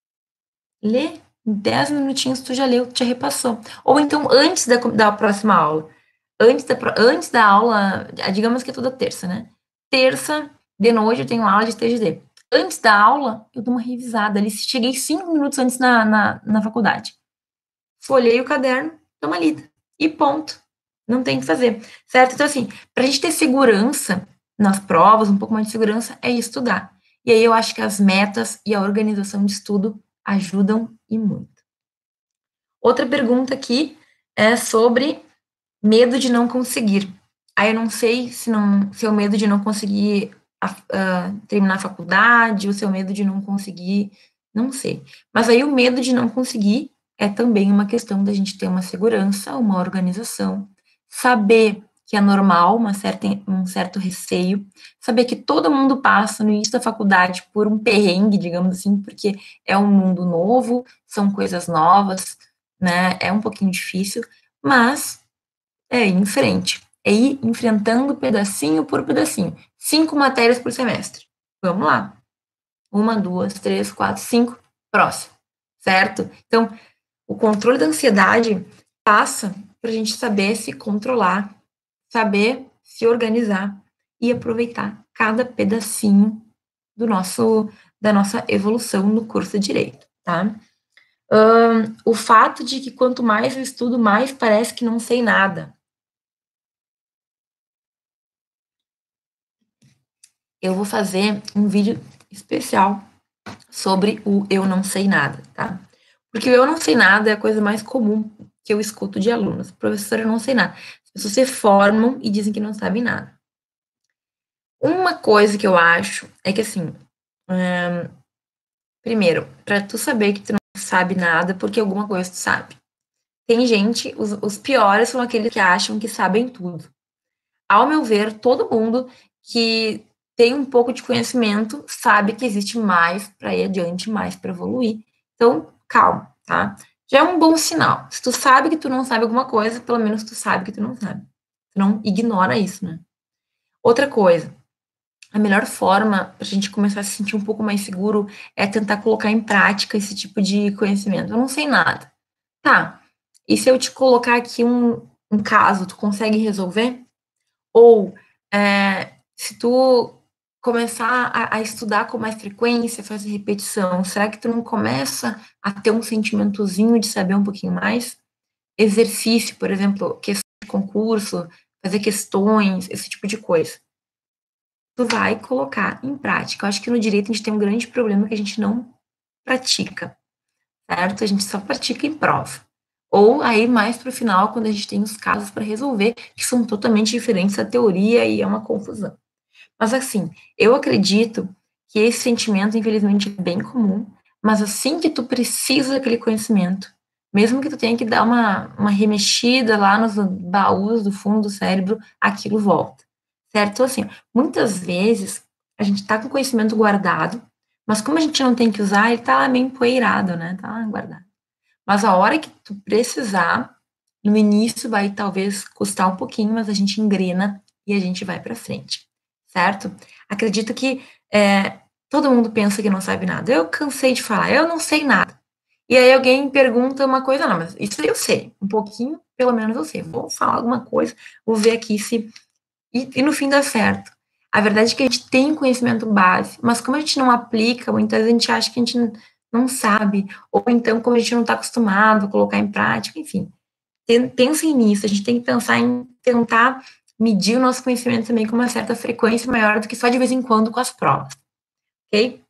Lê, em dez minutinhos tu já leu, tu já repassou. Ou então, antes da, da próxima aula. Antes da, antes da aula, digamos que é toda terça, né? Terça, de noite, eu tenho aula de T G D. Antes da aula, eu dou uma revisada ali. Cheguei cinco minutos antes na, na, na faculdade. Folhei o caderno, dou uma lida. E ponto. Não tem o que fazer, certo? Então, assim, pra gente ter segurança nas provas, um pouco mais de segurança, é estudar. E aí eu acho que as metas e a organização de estudo ajudam e muito. Outra pergunta aqui é sobre medo de não conseguir. Aí eu não sei se, não, se é o medo de não conseguir uh, terminar a faculdade, ou se é o medo de não conseguir, não sei. Mas aí o medo de não conseguir é também uma questão da gente ter uma segurança, uma organização, saber que é normal, uma certa, um certo receio, saber que todo mundo passa no início da faculdade por um perrengue, digamos assim, porque é um mundo novo, são coisas novas, né? É um pouquinho difícil, mas é ir em frente, é ir enfrentando pedacinho por pedacinho. Cinco matérias por semestre. Vamos lá. Uma, duas, três, quatro, cinco. Próximo. Certo? Então, o controle da ansiedade passa para a gente saber se controlar, saber se organizar e aproveitar cada pedacinho do nosso, da nossa evolução no curso de Direito, tá? Um, o fato de que quanto mais eu estudo, mais parece que não sei nada. Eu vou fazer um vídeo especial sobre o eu não sei nada, tá? Porque o eu não sei nada é a coisa mais comum que eu escuto de alunos. Professora, eu não sei nada. As pessoas se formam e dizem que não sabem nada. Uma coisa que eu acho é que, assim, hum, primeiro, para tu saber que tu não sabe nada, porque alguma coisa tu sabe. Tem gente, os, os piores são aqueles que acham que sabem tudo. Ao meu ver, todo mundo que tem um pouco de conhecimento sabe que existe mais para ir adiante, mais para evoluir. Então, calma, tá? Já é um bom sinal. Se tu sabe que tu não sabe alguma coisa, pelo menos tu sabe que tu não sabe. Tu não ignora isso, né? Outra coisa, a melhor forma para a gente começar a se sentir um pouco mais seguro é tentar colocar em prática esse tipo de conhecimento. Eu não sei nada. Tá, E se eu te colocar aqui um, um caso, tu consegue resolver? Ou é, se tu começar a, a estudar com mais frequência, fazer repetição, será que tu não começa a ter um sentimentozinho de saber um pouquinho mais? Exercício, por exemplo, questão de concurso, fazer questões, esse tipo de coisa. Tu vai colocar em prática. Eu acho que no direito a gente tem um grande problema que a gente não pratica, certo? A gente só pratica em prova. Ou aí mais para o final, quando a gente tem os casos para resolver, que são totalmente diferentes da teoria e é uma confusão. Mas assim, eu acredito que esse sentimento, infelizmente, é bem comum, mas assim que tu precisa daquele conhecimento, mesmo que tu tenha que dar uma, uma remexida lá nos baús do fundo do cérebro, aquilo volta, certo? Então, assim, muitas vezes a gente tá com conhecimento guardado, mas como a gente não tem que usar, ele tá lá meio empoeirado, né? Tá lá guardado. Mas a hora que tu precisar, no início vai talvez custar um pouquinho, mas a gente engrena e a gente vai para frente, certo? Acredito que é, todo mundo pensa que não sabe nada. Eu cansei de falar, eu não sei nada. E aí alguém pergunta uma coisa, não, mas isso eu sei, um pouquinho, pelo menos eu sei. Vou falar alguma coisa, vou ver aqui se. E, e no fim dá certo. A verdade é que a gente tem conhecimento base, mas como a gente não aplica, muitas vezes a gente acha que a gente não sabe, ou então como a gente não está acostumado a colocar em prática, enfim. Pensem nisso, a gente tem que pensar em tentar medir o nosso conhecimento também com uma certa frequência maior do que só de vez em quando com as provas, ok?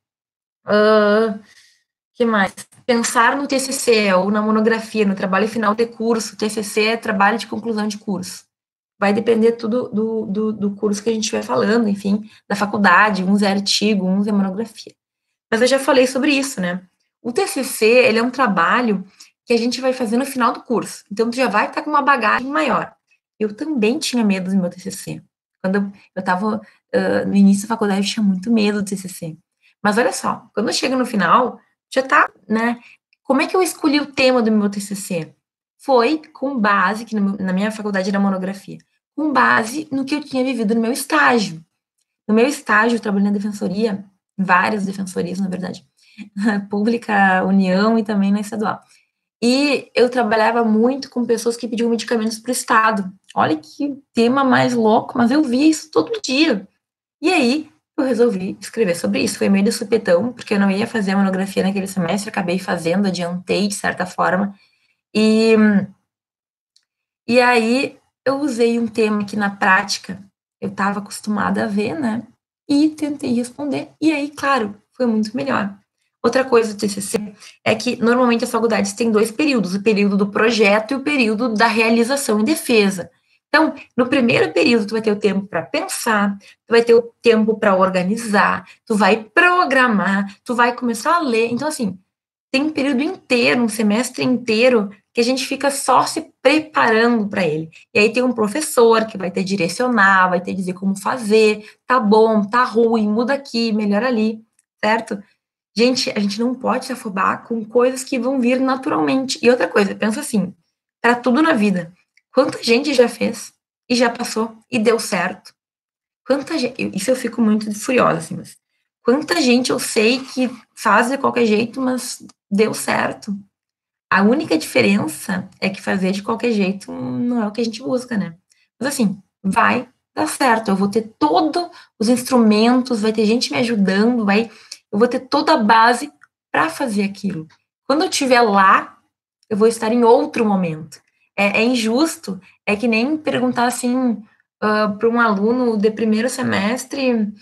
Uh, que mais? Pensar no T C C ou na monografia, no trabalho final de curso. T C C é trabalho de conclusão de curso. Vai depender tudo do, do, do curso que a gente estiver falando, enfim, da faculdade, uns é artigo, uns é monografia. Mas eu já falei sobre isso, né? O T C C, ele é um trabalho que a gente vai fazer no final do curso. Então, tu já vai estar com uma bagagem maior. Eu também tinha medo do meu T C C. Quando eu estava uh, no início da faculdade, eu tinha muito medo do T C C. Mas olha só, quando eu chego no final, já tá, né? Como é que eu escolhi o tema do meu T C C? Foi com base, que na minha faculdade era monografia, com base no que eu tinha vivido no meu estágio. No meu estágio, eu trabalhei na defensoria, várias defensorias, na verdade, pública, União e também na estadual. E eu trabalhava muito com pessoas que pediam medicamentos para o Estado. Olha que tema mais louco, mas eu via isso todo dia. E aí, eu resolvi escrever sobre isso. Foi meio de supetão, porque eu não ia fazer a monografia naquele semestre, acabei fazendo, adiantei de certa forma. E, e aí, eu usei um tema que na prática eu estava acostumada a ver, né? E tentei responder. E aí, claro, foi muito melhor. Outra coisa do T C C é que normalmente as faculdades têm dois períodos, o período do projeto e o período da realização e defesa. Então, no primeiro período, tu vai ter o tempo para pensar, tu vai ter o tempo para organizar, tu vai programar, tu vai começar a ler. Então, assim, tem um período inteiro, um semestre inteiro, que a gente fica só se preparando para ele. E aí tem um professor que vai te direcionar, vai te dizer como fazer, tá bom, tá ruim, muda aqui, melhora ali, certo? Gente, a gente não pode se afobar com coisas que vão vir naturalmente. E outra coisa, pensa assim, para tudo na vida. Quanta gente já fez e já passou e deu certo? Quanta gente, isso eu fico muito furiosa, assim, mas quanta gente eu sei que faz de qualquer jeito, mas deu certo. A única diferença é que fazer de qualquer jeito não é o que a gente busca, né? Mas assim, vai dar certo. Eu vou ter todos os instrumentos, vai ter gente me ajudando, vai, eu vou ter toda a base para fazer aquilo. Quando eu estiver lá, eu vou estar em outro momento. É, é injusto, é que nem perguntar assim uh, para um aluno de primeiro semestre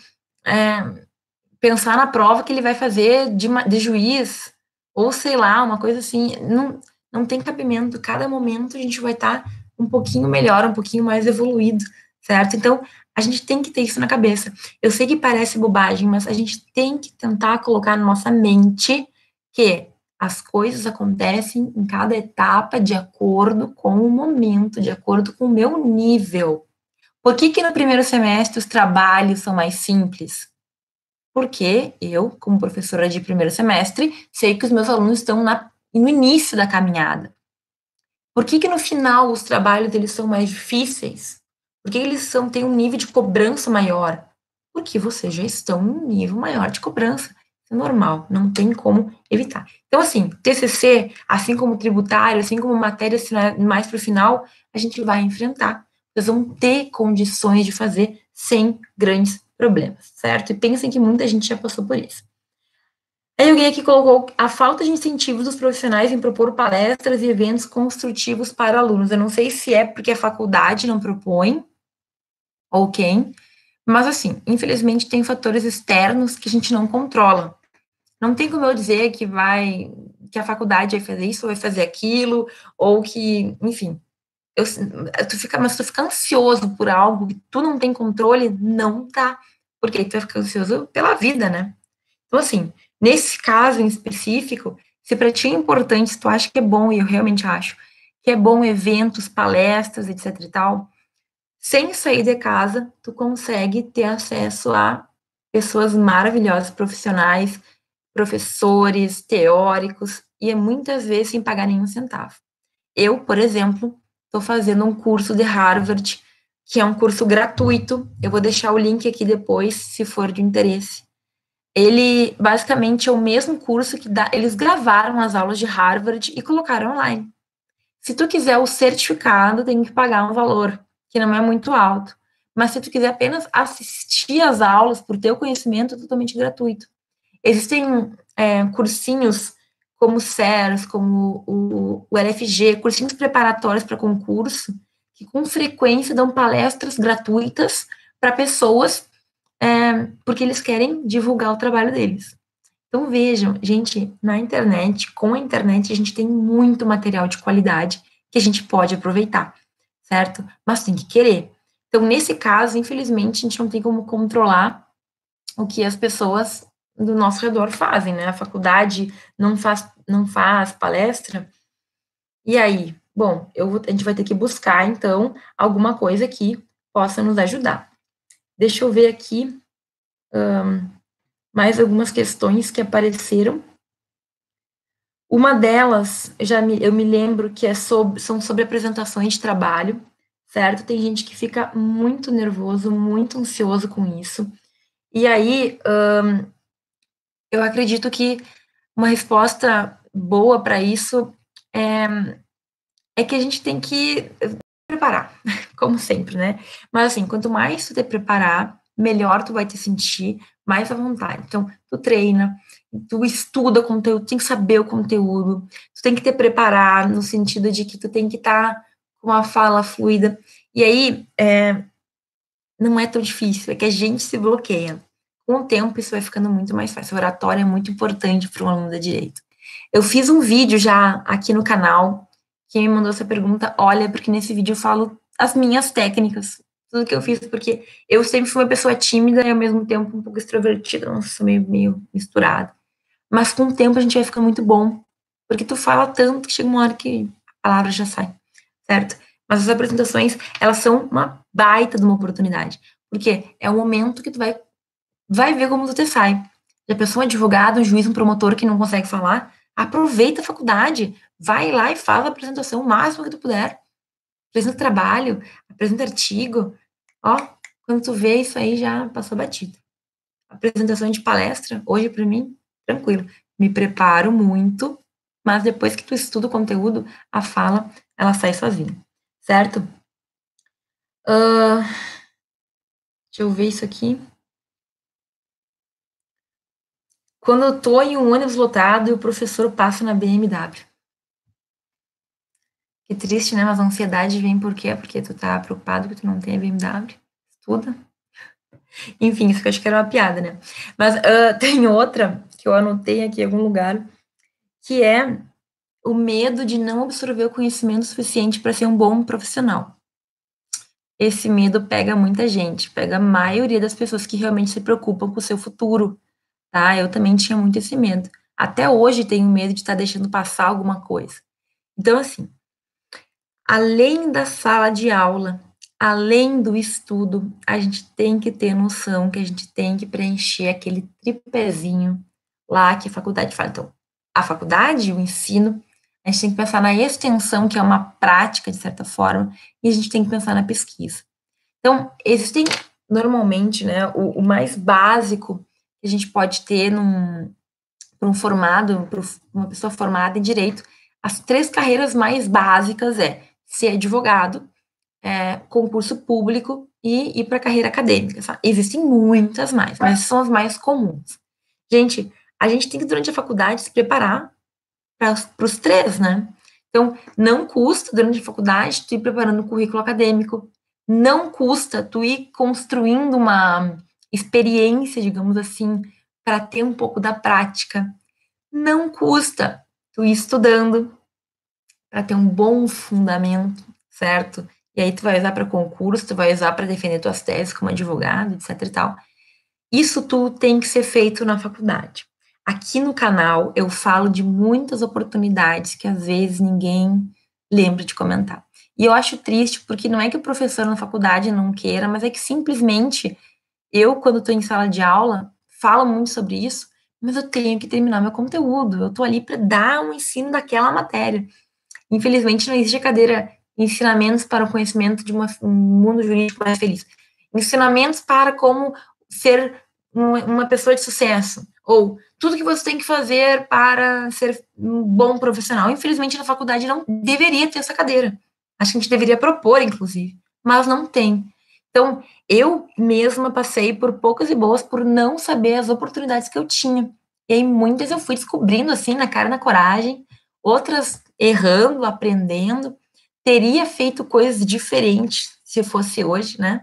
é, pensar na prova que ele vai fazer de, de juiz, ou sei lá, uma coisa assim, não, não tem cabimento. Cada momento a gente vai estar um pouquinho melhor, um pouquinho mais evoluído, certo? Então, a gente tem que ter isso na cabeça. Eu sei que parece bobagem, mas a gente tem que tentar colocar na nossa mente que as coisas acontecem em cada etapa de acordo com o momento, de acordo com o meu nível. Por que que no primeiro semestre os trabalhos são mais simples? Porque eu, como professora de primeiro semestre, sei que os meus alunos estão na, no início da caminhada. Por que que no final os trabalhos eles são mais difíceis? Por que eles são, têm um nível de cobrança maior? Porque vocês já estão num nível maior de cobrança. Isso é normal, não tem como evitar. Então, assim, T C C, assim como tributário, assim como matérias mais para o final, a gente vai enfrentar. Vocês vão ter condições de fazer sem grandes problemas, certo? E pensem que muita gente já passou por isso. Aí alguém aqui colocou a falta de incentivos dos profissionais em propor palestras e eventos construtivos para alunos. Eu não sei se é porque a faculdade não propõe, ou quem, mas assim, infelizmente tem fatores externos que a gente não controla. Não tem como eu dizer que vai, que a faculdade vai fazer isso ou vai fazer aquilo, ou que, enfim, eu, tu fica, mas tu fica ansioso por algo que tu não tem controle, não tá, porque tu vai ficar ansioso pela vida, né? Então, assim, nesse caso em específico, se para ti é importante, se tu acha que é bom, e eu realmente acho, que é bom eventos, palestras, etc e tal, sem sair de casa, tu consegue ter acesso a pessoas maravilhosas, profissionais, professores, teóricos, e é muitas vezes sem pagar nenhum centavo. Eu, por exemplo, estou fazendo um curso de Harvard, que é um curso gratuito. Eu vou deixar o link aqui depois, se for de interesse. Ele, basicamente, é o mesmo curso que dá, eles gravaram as aulas de Harvard e colocaram online. Se tu quiser o certificado, tem que pagar um valor, que não é muito alto. Mas se tu quiser apenas assistir às aulas por teu conhecimento, é totalmente gratuito. Existem é, cursinhos como o C E R S, como o, o L F G, cursinhos preparatórios para concurso, que com frequência dão palestras gratuitas para pessoas, é, porque eles querem divulgar o trabalho deles. Então vejam, gente, na internet, com a internet, a gente tem muito material de qualidade que a gente pode aproveitar, certo? Mas tem que querer. Então, nesse caso, infelizmente, a gente não tem como controlar o que as pessoas do nosso redor fazem, né? A faculdade não faz, não faz palestra. E aí? Bom, eu vou, a gente vai ter que buscar, então, alguma coisa que possa nos ajudar. Deixa eu ver aqui um, mais algumas questões que apareceram. Uma delas, já me, eu me lembro que é sobre, são sobre apresentações de trabalho, certo? Tem gente que fica muito nervoso, muito ansioso com isso. E aí, um, eu acredito que uma resposta boa para isso é, é que a gente tem que preparar, como sempre, né? Mas assim, quanto mais tu te preparar, melhor tu vai te sentir, mais à vontade. Então, tu treina, tu estuda o conteúdo, tem que saber o conteúdo, tu tem que te preparar no sentido de que tu tem que estar tá com uma fala fluida. E aí, é, não é tão difícil, é que a gente se bloqueia. Com o tempo, isso vai ficando muito mais fácil. O oratório é muito importante para um aluno da direito. Eu fiz um vídeo já aqui no canal. Quem me mandou essa pergunta, olha, porque nesse vídeo eu falo as minhas técnicas, tudo que eu fiz, porque eu sempre fui uma pessoa tímida e ao mesmo tempo um pouco extrovertida, não sou meio, meio misturada. Mas com o tempo a gente vai ficando muito bom, porque tu fala tanto que chega uma hora que a palavra já sai, certo? Mas as apresentações, elas são uma baita de uma oportunidade, porque é o momento que tu vai, vai ver como tu te sai. Já pensou um advogado, um juiz, um promotor que não consegue falar? Aproveita a faculdade, vai lá e faz a apresentação o máximo que tu puder. Apresenta trabalho, apresenta artigo. Ó, quando tu vê isso aí, já passou batido. Apresentação de palestra, hoje para mim, tranquilo. Me preparo muito, mas depois que tu estuda o conteúdo, a fala, ela sai sozinha, certo? Uh, deixa eu ver isso aqui. Quando eu tô em um ônibus lotado e o professor passa na B M W. Que triste, né? Mas a ansiedade vem por quê? Porque tu tá preocupado que tu não tem a B M W. Estuda. Enfim, isso que eu acho que era uma piada, né? Mas uh, tem outra que eu anotei aqui em algum lugar, que é o medo de não absorver o conhecimento suficiente para ser um bom profissional. Esse medo pega muita gente, pega a maioria das pessoas que realmente se preocupam com o seu futuro, tá? Eu também tinha muito esse medo. Até hoje tenho medo de estar deixando passar alguma coisa. Então, assim, além da sala de aula, além do estudo, a gente tem que ter noção que a gente tem que preencher aquele tripézinho lá que a faculdade fala. Então, a faculdade, o ensino, a gente tem que pensar na extensão, que é uma prática, de certa forma, e a gente tem que pensar na pesquisa. Então, existem, normalmente, né, o, o mais básico que a gente pode ter num, para um formado, para uma pessoa formada em direito, as três carreiras mais básicas é ser advogado, é, concurso público e ir para a carreira acadêmica. Sabe? Existem muitas mais, mas são as mais comuns. Gente, a gente tem que, durante a faculdade, se preparar para os três, né? Então, não custa, durante a faculdade, tu ir preparando o currículo acadêmico, não custa tu ir construindo uma experiência, digamos assim, para ter um pouco da prática. Não custa tu ir estudando para ter um bom fundamento, certo? E aí tu vai usar para concurso, tu vai usar para defender tuas teses como advogado, etc e tal. Isso tudo tem que ser feito na faculdade. Aqui no canal eu falo de muitas oportunidades que às vezes ninguém lembra de comentar. E eu acho triste porque não é que o professor na faculdade não queira, mas é que simplesmente eu, quando estou em sala de aula, falo muito sobre isso, mas eu tenho que terminar meu conteúdo. Eu estou ali para dar um ensino daquela matéria. Infelizmente, não existe a cadeira ensinamentos para o conhecimento de uma, um mundo jurídico mais feliz. Ensinamentos para como ser uma, uma pessoa de sucesso. Ou tudo que você tem que fazer para ser um bom profissional. Infelizmente, na faculdade não deveria ter essa cadeira. Acho que a gente deveria propor, inclusive. Mas não tem. Então, eu mesma passei por poucas e boas por não saber as oportunidades que eu tinha. E aí, muitas eu fui descobrindo, assim, na cara e na coragem. Outras errando, aprendendo, teria feito coisas diferentes se fosse hoje, né?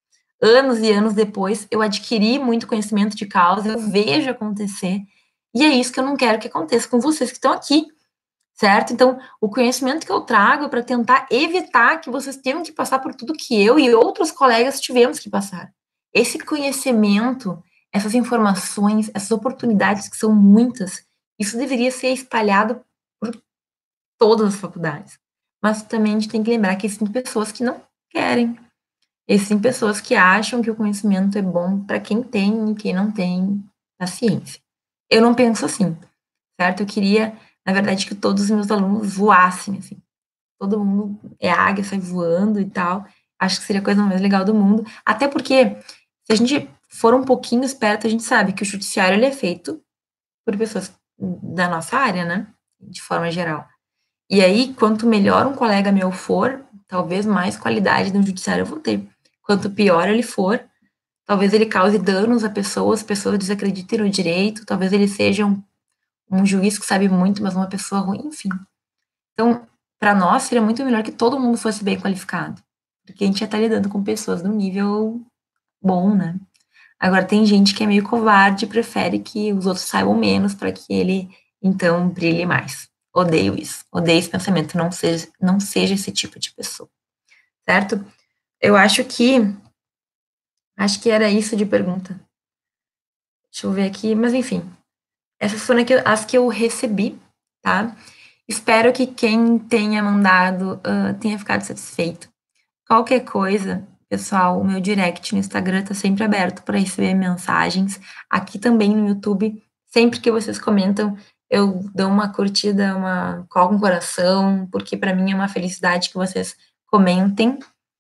Anos e anos depois, eu adquiri muito conhecimento de causa, eu vejo acontecer, e é isso que eu não quero que aconteça com vocês que estão aqui, certo? Então, o conhecimento que eu trago é para tentar evitar que vocês tenham que passar por tudo que eu e outros colegas tivemos que passar. Esse conhecimento, essas informações, essas oportunidades que são muitas, isso deveria ser espalhado por todas as faculdades. Mas também a gente tem que lembrar que existem pessoas que não querem. Existem pessoas que acham que o conhecimento é bom para quem tem e quem não tem paciência. Eu não penso assim, certo? Eu queria, na verdade, que todos os meus alunos voassem, assim. Todo mundo é águia, sai voando e tal. Acho que seria a coisa mais legal do mundo. Até porque, se a gente for um pouquinho esperto, a gente sabe que o judiciário ele é feito por pessoas da nossa área, né? De forma geral. E aí, quanto melhor um colega meu for, talvez mais qualidade no judiciário eu vou ter. Quanto pior ele for, talvez ele cause danos a pessoas, pessoas desacreditem no direito, talvez ele seja um, um juiz que sabe muito, mas uma pessoa ruim, enfim. Então, para nós, seria muito melhor que todo mundo fosse bem qualificado, porque a gente já está lidando com pessoas num nível bom, né? Agora, tem gente que é meio covarde e prefere que os outros saibam menos para que ele, então, brilhe mais. Odeio isso. Odeio esse pensamento. Não seja, não seja esse tipo de pessoa. Certo? Eu acho que. Acho que era isso de pergunta. Deixa eu ver aqui. Mas, enfim. Essas foram as que eu recebi, tá? Espero que quem tenha mandado uh, tenha ficado satisfeito. Qualquer coisa, pessoal, o meu direct no Instagram tá sempre aberto para receber mensagens. Aqui também no YouTube, sempre que vocês comentam, eu dou uma curtida, uma coloco um coração, porque para mim é uma felicidade que vocês comentem.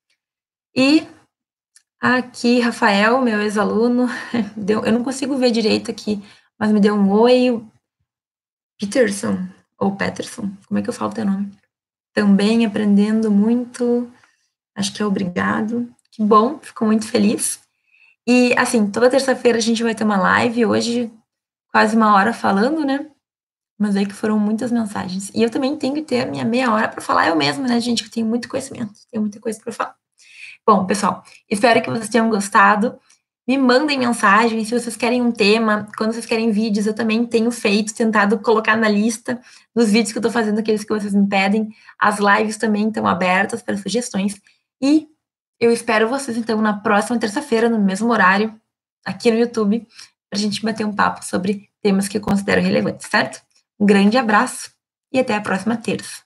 E aqui, Rafael, meu ex-aluno, eu não consigo ver direito aqui, mas me deu um oi. Peterson, ou Peterson, como é que eu falo teu nome? Também aprendendo muito, acho que é obrigado. Que bom, fico muito feliz. E, assim, toda terça-feira a gente vai ter uma live, hoje quase uma hora falando, né? Mas aí que foram muitas mensagens. E eu também tenho que ter a minha meia hora para falar eu mesma, né, gente? Que eu tenho muito conhecimento, tenho muita coisa para falar. Bom, pessoal, espero que vocês tenham gostado. Me mandem mensagens se vocês querem um tema, quando vocês querem vídeos, eu também tenho feito, tentado colocar na lista dos vídeos que eu tô fazendo, aqueles que vocês me pedem. As lives também estão abertas para sugestões. E eu espero vocês, então, na próxima terça-feira, no mesmo horário, aqui no YouTube, para a gente bater um papo sobre temas que eu considero relevantes, certo? Um grande abraço e até a próxima terça.